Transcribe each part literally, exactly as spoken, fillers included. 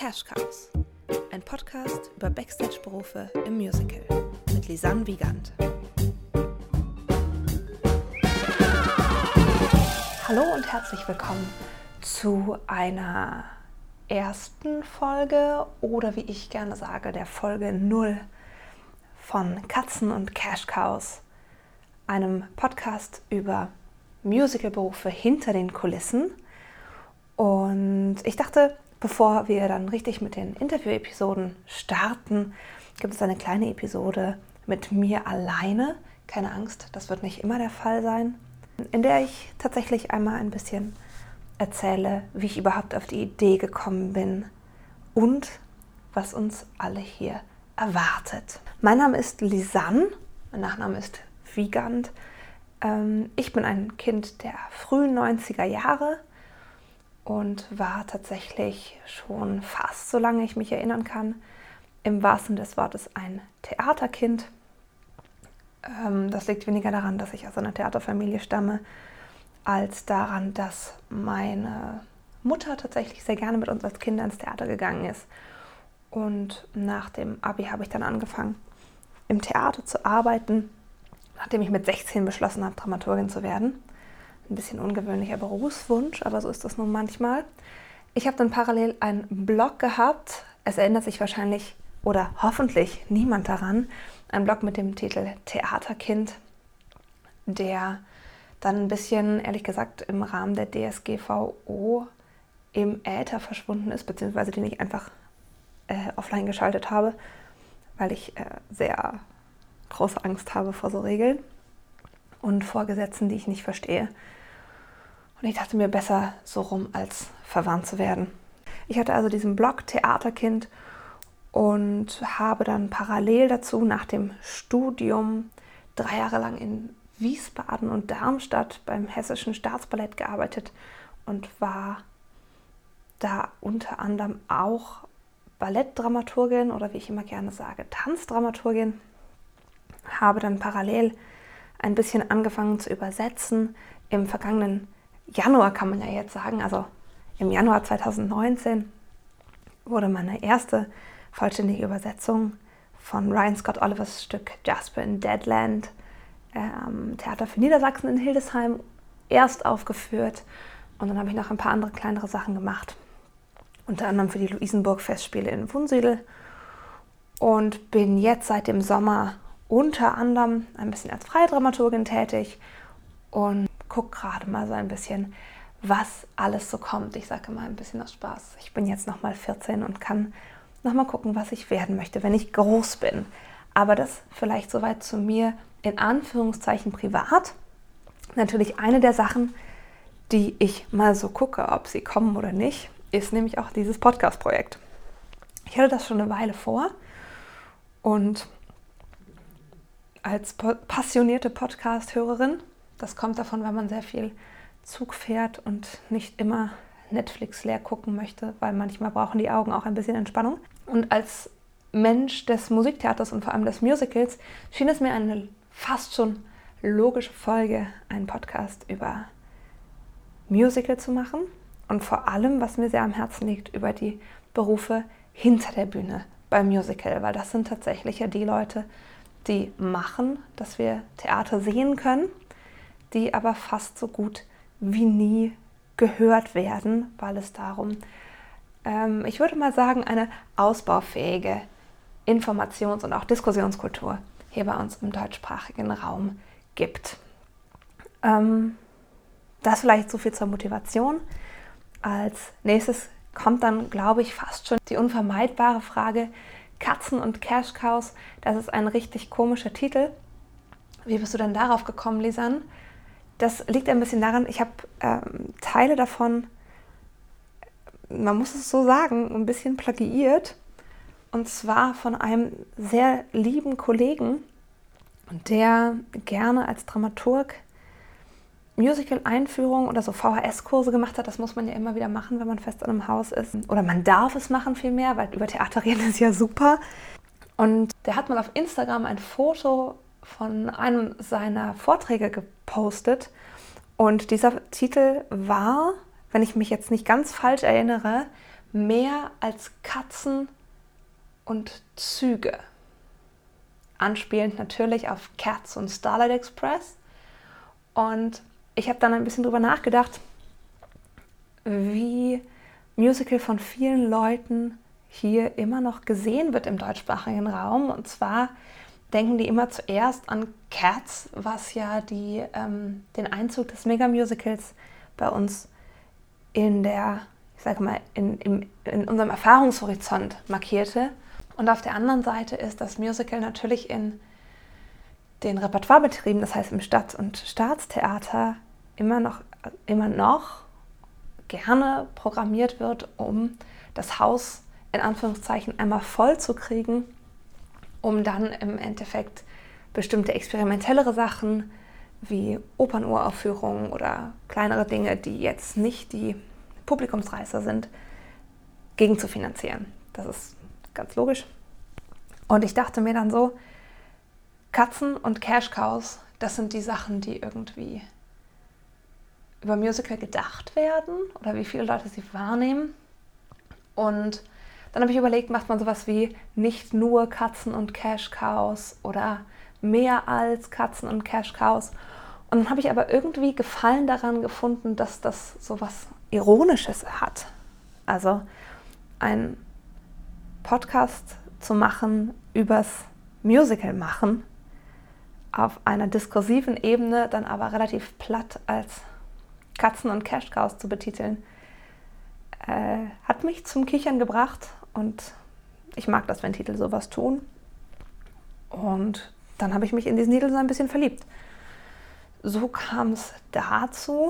Cash Cows, ein Podcast über Backstage-Berufe im Musical mit Lisanne Wiegand. Hallo und herzlich willkommen zu einer ersten Folge oder wie ich gerne sage, der Folge null von Katzen und Cash Cows, einem Podcast über Musicalberufe hinter den Kulissen. Und ich dachte, bevor wir dann richtig mit den Interview-Episoden starten, gibt es eine kleine Episode mit mir alleine. Keine Angst, das wird nicht immer der Fall sein, in der ich tatsächlich einmal ein bisschen erzähle, wie ich überhaupt auf die Idee gekommen bin und was uns alle hier erwartet. Mein Name ist Lisanne, mein Nachname ist Wiegand. Ich bin ein Kind der frühen neunziger Jahre und war tatsächlich schon fast, solange ich mich erinnern kann, im wahrsten Sinne des Wortes ein Theaterkind. Das liegt weniger daran, dass ich aus einer Theaterfamilie stamme, als daran, dass meine Mutter tatsächlich sehr gerne mit uns als Kinder ins Theater gegangen ist. Und nach dem Abi habe ich dann angefangen, im Theater zu arbeiten, nachdem ich mit sechzehn beschlossen habe, Dramaturgin zu werden. Ein bisschen ungewöhnlicher Berufswunsch, aber so ist das nun manchmal. Ich habe dann parallel einen Blog gehabt. Es erinnert sich wahrscheinlich oder hoffentlich niemand daran. Ein Blog mit dem Titel Theaterkind, der dann ein bisschen, ehrlich gesagt, im Rahmen der D S G V O im Äther verschwunden ist, beziehungsweise den ich einfach äh, offline geschaltet habe, weil ich äh, sehr große Angst habe vor so Regeln und vor Gesetzen, die ich nicht verstehe. Und ich dachte mir, besser so rum, als verwarnt zu werden. Ich hatte also diesen Blog Theaterkind und habe dann parallel dazu nach dem Studium drei Jahre lang in Wiesbaden und Darmstadt beim Hessischen Staatsballett gearbeitet und war da unter anderem auch Ballettdramaturgin oder wie ich immer gerne sage, Tanzdramaturgin. Habe dann parallel ein bisschen angefangen zu übersetzen. Im vergangenen Januar kann man ja jetzt sagen, also im Januar zweitausendneunzehn wurde meine erste vollständige Übersetzung von Ryan Scott Olivers Stück Jasper in Deadland am Theater für Niedersachsen in Hildesheim erst aufgeführt und dann habe ich noch ein paar andere kleinere Sachen gemacht, unter anderem für die Luisenburg-Festspiele in Wunsiedel und bin jetzt seit dem Sommer unter anderem ein bisschen als freie Dramaturgin tätig und gucke gerade mal so ein bisschen, was alles so kommt. Ich sage mal ein bisschen aus Spaß. Ich bin jetzt nochmal vierzehn und kann nochmal gucken, was ich werden möchte, wenn ich groß bin. Aber das vielleicht soweit zu mir in Anführungszeichen privat. Natürlich eine der Sachen, die ich mal so gucke, ob sie kommen oder nicht, ist nämlich auch dieses Podcast-Projekt. Ich hatte das schon eine Weile vor und als passionierte Podcast-Hörerin, das kommt davon, weil man sehr viel Zug fährt und nicht immer Netflix leer gucken möchte, weil manchmal brauchen die Augen auch ein bisschen Entspannung. Und als Mensch des Musiktheaters und vor allem des Musicals schien es mir eine fast schon logische Folge, einen Podcast über Musical zu machen und vor allem, was mir sehr am Herzen liegt, über die Berufe hinter der Bühne beim Musical, weil das sind tatsächlich ja die Leute, die machen, dass wir Theater sehen können, die aber fast so gut wie nie gehört werden, weil es darum, ähm, ich würde mal sagen, eine ausbaufähige Informations- und auch Diskussionskultur hier bei uns im deutschsprachigen Raum gibt. Ähm, das vielleicht so viel zur Motivation. Als nächstes kommt dann, glaube ich, fast schon die unvermeidbare Frage, Katzen und Cash Cows, das ist ein richtig komischer Titel. Wie bist du denn darauf gekommen, Lisanne? Das liegt ein bisschen daran, ich habe ähm, Teile davon, man muss es so sagen, ein bisschen plagiiert. Und zwar von einem sehr lieben Kollegen, der gerne als Dramaturg Musical-Einführung oder so V H S-Kurse gemacht hat. Das muss man ja immer wieder machen, wenn man fest an einem Haus ist. Oder man darf es machen vielmehr, weil über Theater reden ist ja super. Und der hat mal auf Instagram ein Foto von einem seiner Vorträge gepostet. Und dieser Titel war, wenn ich mich jetzt nicht ganz falsch erinnere, mehr als Katzen und Züge. Anspielend natürlich auf Cats und Starlight Express. Und ich habe dann ein bisschen drüber nachgedacht, wie Musical von vielen Leuten hier immer noch gesehen wird im deutschsprachigen Raum. Und zwar denken die immer zuerst an Cats, was ja die, ähm, den Einzug des Mega-Musicals bei uns in der, ich sage mal, in, in, in unserem Erfahrungshorizont markierte. Und auf der anderen Seite ist das Musical natürlich in den Repertoirebetrieben, das heißt im Stadt- und Staatstheater, immer noch, immer noch gerne programmiert wird, um das Haus in Anführungszeichen einmal voll zu kriegen, um dann im Endeffekt bestimmte experimentellere Sachen wie Opernuraufführungen oder kleinere Dinge, die jetzt nicht die Publikumsreißer sind, gegenzufinanzieren. Das ist ganz logisch. Und ich dachte mir dann so, Katzen und Cash Cows, das sind die Sachen, die irgendwie über Musical gedacht werden oder wie viele Leute sie wahrnehmen. Und dann habe ich überlegt, macht man sowas wie nicht nur Katzen und Cash Cows oder mehr als Katzen und Cash Cows. Und dann habe ich aber irgendwie Gefallen daran gefunden, dass das sowas Ironisches hat. Also ein Podcast zu machen übers Musical machen, auf einer diskursiven Ebene dann aber relativ platt als Katzen und Cash Cows zu betiteln, äh, hat mich zum Kichern gebracht und ich mag das, wenn Titel sowas tun. Und dann habe ich mich in diesen Titel so ein bisschen verliebt. So kam es dazu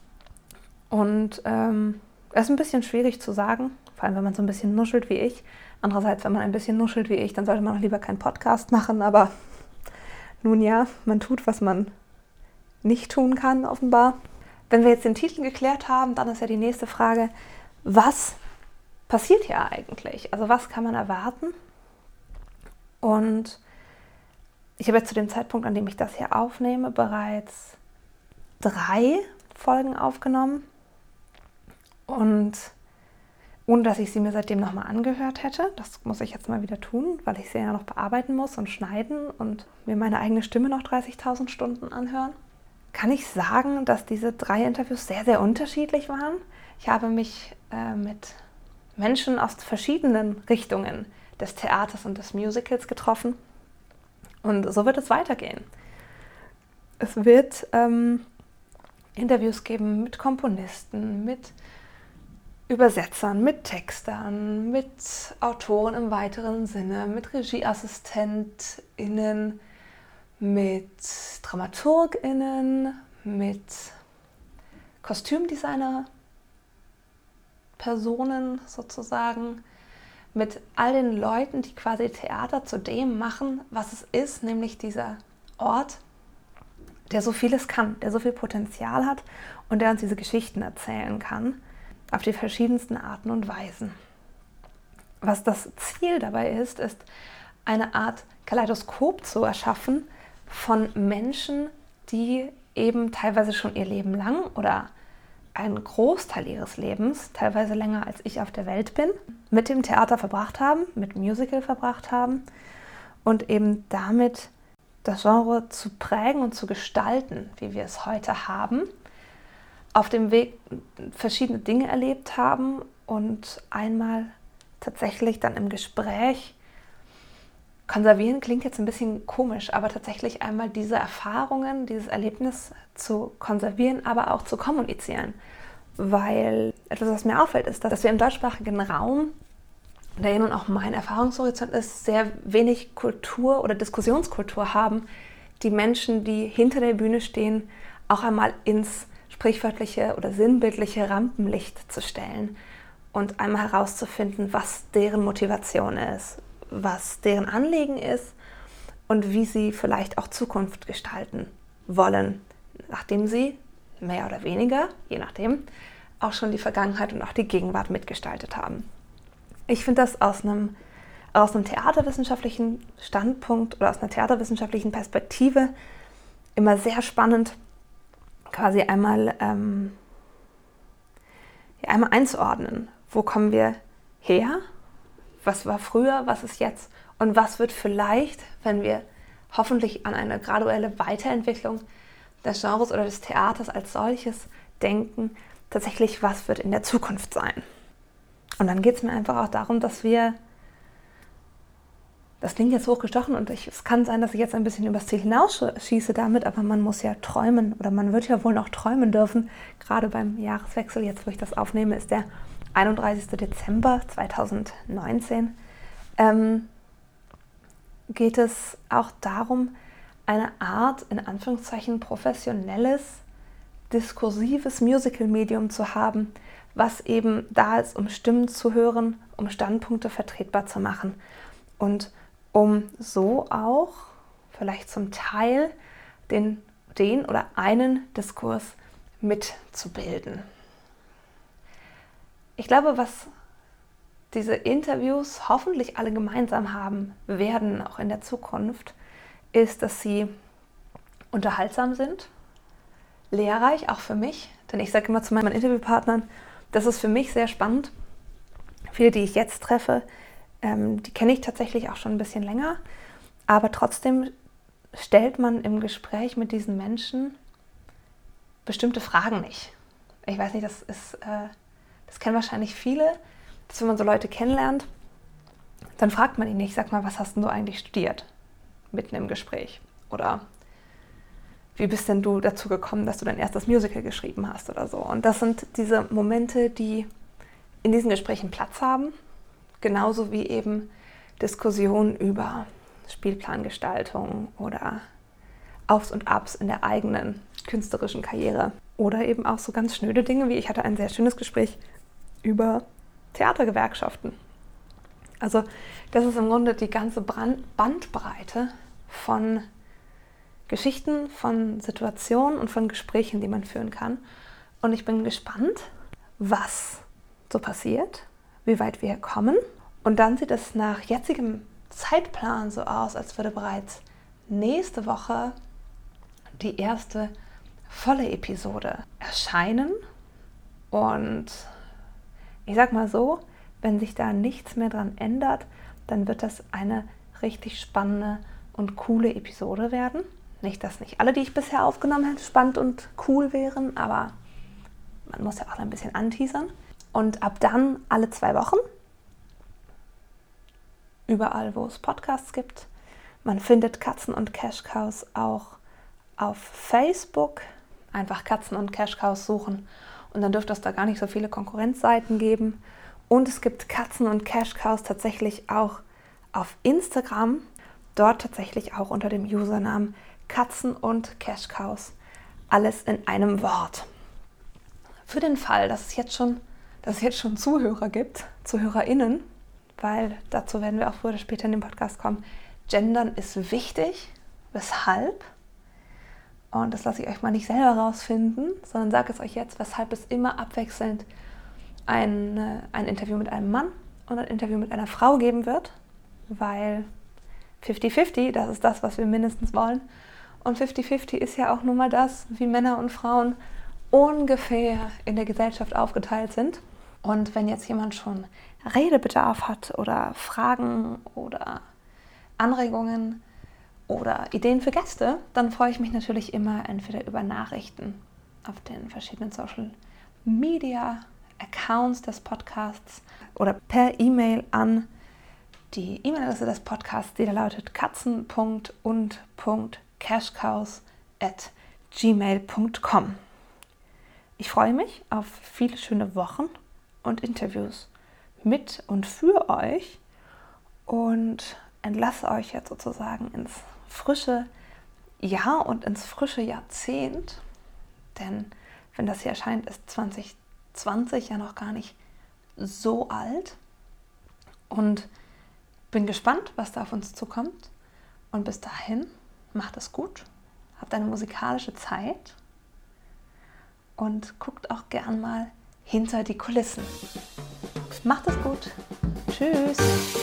und ähm, es ist ein bisschen schwierig zu sagen, vor allem wenn man so ein bisschen nuschelt wie ich. Andererseits, wenn man ein bisschen nuschelt wie ich, dann sollte man auch lieber keinen Podcast machen, aber nun ja, man tut, was man nicht tun kann, offenbar. Wenn wir jetzt den Titel geklärt haben, dann ist ja die nächste Frage, was passiert hier eigentlich? Also was kann man erwarten? Und ich habe jetzt zu dem Zeitpunkt, an dem ich das hier aufnehme, bereits drei Folgen aufgenommen. Und ohne dass ich sie mir seitdem nochmal angehört hätte, das muss ich jetzt mal wieder tun, weil ich sie ja noch bearbeiten muss und schneiden und mir meine eigene Stimme noch dreißigtausend Stunden anhören, kann ich sagen, dass diese drei Interviews sehr, sehr unterschiedlich waren. Ich habe mich äh, mit Menschen aus verschiedenen Richtungen des Theaters und des Musicals getroffen. Und so wird es weitergehen. Es wird ähm, Interviews geben mit Komponisten, mit Übersetzern, mit Textern, mit Autoren im weiteren Sinne, mit RegieassistentInnen, mit DramaturgInnen, mit Kostümdesigner, Personen sozusagen, mit all den Leuten, die quasi Theater zu dem machen, was es ist, nämlich dieser Ort, der so vieles kann, der so viel Potenzial hat und der uns diese Geschichten erzählen kann, auf die verschiedensten Arten und Weisen. Was das Ziel dabei ist, ist eine Art Kaleidoskop zu erschaffen von Menschen, die eben teilweise schon ihr Leben lang oder einen Großteil ihres Lebens, teilweise länger als ich auf der Welt bin, mit dem Theater verbracht haben, mit Musical verbracht haben und eben damit das Genre zu prägen und zu gestalten, wie wir es heute haben, auf dem Weg verschiedene Dinge erlebt haben und einmal tatsächlich dann im Gespräch konservieren, klingt jetzt ein bisschen komisch, aber tatsächlich einmal diese Erfahrungen, dieses Erlebnis zu konservieren, aber auch zu kommunizieren. Weil etwas, was mir auffällt, ist, dass wir im deutschsprachigen Raum, der ja nun auch mein Erfahrungshorizont ist, sehr wenig Kultur oder Diskussionskultur haben, die Menschen, die hinter der Bühne stehen, auch einmal ins sprichwörtliche oder sinnbildliche Rampenlicht zu stellen und einmal herauszufinden, was deren Motivation ist, was deren Anliegen ist und wie sie vielleicht auch Zukunft gestalten wollen, nachdem sie mehr oder weniger, je nachdem, auch schon die Vergangenheit und auch die Gegenwart mitgestaltet haben. Ich finde das aus einem, aus einem theaterwissenschaftlichen Standpunkt oder aus einer theaterwissenschaftlichen Perspektive immer sehr spannend, quasi einmal, ähm, ja, einmal einzuordnen. Wo kommen wir her? Was war früher? Was ist jetzt? Und was wird vielleicht, wenn wir hoffentlich an eine graduelle Weiterentwicklung des Genres oder des Theaters als solches denken, tatsächlich, was wird in der Zukunft sein? Und dann geht es mir einfach auch darum, dass wir, das klingt jetzt hochgestochen und ich, es kann sein, dass ich jetzt ein bisschen übers Ziel hinausschieße damit, aber man muss ja träumen oder man wird ja wohl noch träumen dürfen. Gerade beim Jahreswechsel, jetzt wo ich das aufnehme, ist der einunddreißigster Dezember zweitausendneunzehn. Ähm, geht es auch darum, eine Art, in Anführungszeichen, professionelles, diskursives Musical-Medium zu haben, was eben da ist, um Stimmen zu hören, um Standpunkte vertretbar zu machen und um so auch vielleicht zum Teil den, den oder einen Diskurs mitzubilden. Ich glaube, was diese Interviews hoffentlich alle gemeinsam haben werden, auch in der Zukunft, ist, dass sie unterhaltsam sind, lehrreich, auch für mich. Denn ich sage immer zu meinen Interviewpartnern, das ist für mich sehr spannend. Viele, die ich jetzt treffe, ähm, die kenne ich tatsächlich auch schon ein bisschen länger. Aber trotzdem stellt man im Gespräch mit diesen Menschen bestimmte Fragen nicht. Ich weiß nicht, das ist, äh, das kennen wahrscheinlich viele, dass wenn man so Leute kennenlernt, dann fragt man ihn nicht, sag mal, was hast denn du eigentlich studiert? Mitten im Gespräch. Oder wie bist denn du dazu gekommen, dass du dein erstes Musical geschrieben hast oder so. Und das sind diese Momente, die in diesen Gesprächen Platz haben, genauso wie eben Diskussionen über Spielplangestaltung oder Aufs und Abs in der eigenen künstlerischen Karriere. Oder eben auch so ganz schnöde Dinge, wie ich hatte ein sehr schönes Gespräch über Theatergewerkschaften. Also das ist im Grunde die ganze Bandbreite von Geschichten, von Situationen und von Gesprächen, die man führen kann. Und ich bin gespannt, was so passiert, wie weit wir kommen. Und dann sieht es nach jetzigem Zeitplan so aus, als würde bereits nächste Woche die erste volle Episode erscheinen. Und ich sag mal so, wenn sich da nichts mehr dran ändert, dann wird das eine richtig spannende und coole Episode werden. Nicht, dass nicht alle, die ich bisher aufgenommen habe, spannend und cool wären, aber man muss ja auch ein bisschen anteasern. Und ab dann alle zwei Wochen, überall, wo es Podcasts gibt. Man findet Katzen und Cash Cows auch auf Facebook. Einfach Katzen und Cash Cows suchen und dann dürfte es da gar nicht so viele Konkurrenzseiten geben. Und es gibt Katzen und Cash Cows tatsächlich auch auf Instagram. Dort tatsächlich auch unter dem Usernamen Katzen und Cash Cows. Alles in einem Wort. Für den Fall, dass es jetzt schon, dass es jetzt schon Zuhörer gibt, ZuhörerInnen, weil dazu werden wir auch früher oder später in den Podcast kommen. Gendern ist wichtig. Weshalb? Und das lasse ich euch mal nicht selber rausfinden, sondern sage es euch jetzt, weshalb es immer abwechselnd ein, ein Interview mit einem Mann und ein Interview mit einer Frau geben wird, weil fifty fifty, das ist das, was wir mindestens wollen. Und fifty fifty ist ja auch nun mal das, wie Männer und Frauen ungefähr in der Gesellschaft aufgeteilt sind. Und wenn jetzt jemand schon Redebedarf hat oder Fragen oder Anregungen oder Ideen für Gäste, dann freue ich mich natürlich immer entweder über Nachrichten auf den verschiedenen Social Media Accounts des Podcasts oder per E-Mail an die E-Mail-Adresse des Podcasts, die da lautet katzen punkt und punkt cashcows at gmail punkt com. Ich freue mich auf viele schöne Wochen und Interviews mit und für euch und entlasse euch jetzt sozusagen ins frische Jahr und ins frische Jahrzehnt, denn wenn das hier erscheint, ist zwanzig zwanzig ja noch gar nicht so alt und bin gespannt, was da auf uns zukommt und bis dahin macht es gut, habt eine musikalische Zeit und guckt auch gern mal hinter die Kulissen. Macht es gut. Tschüss.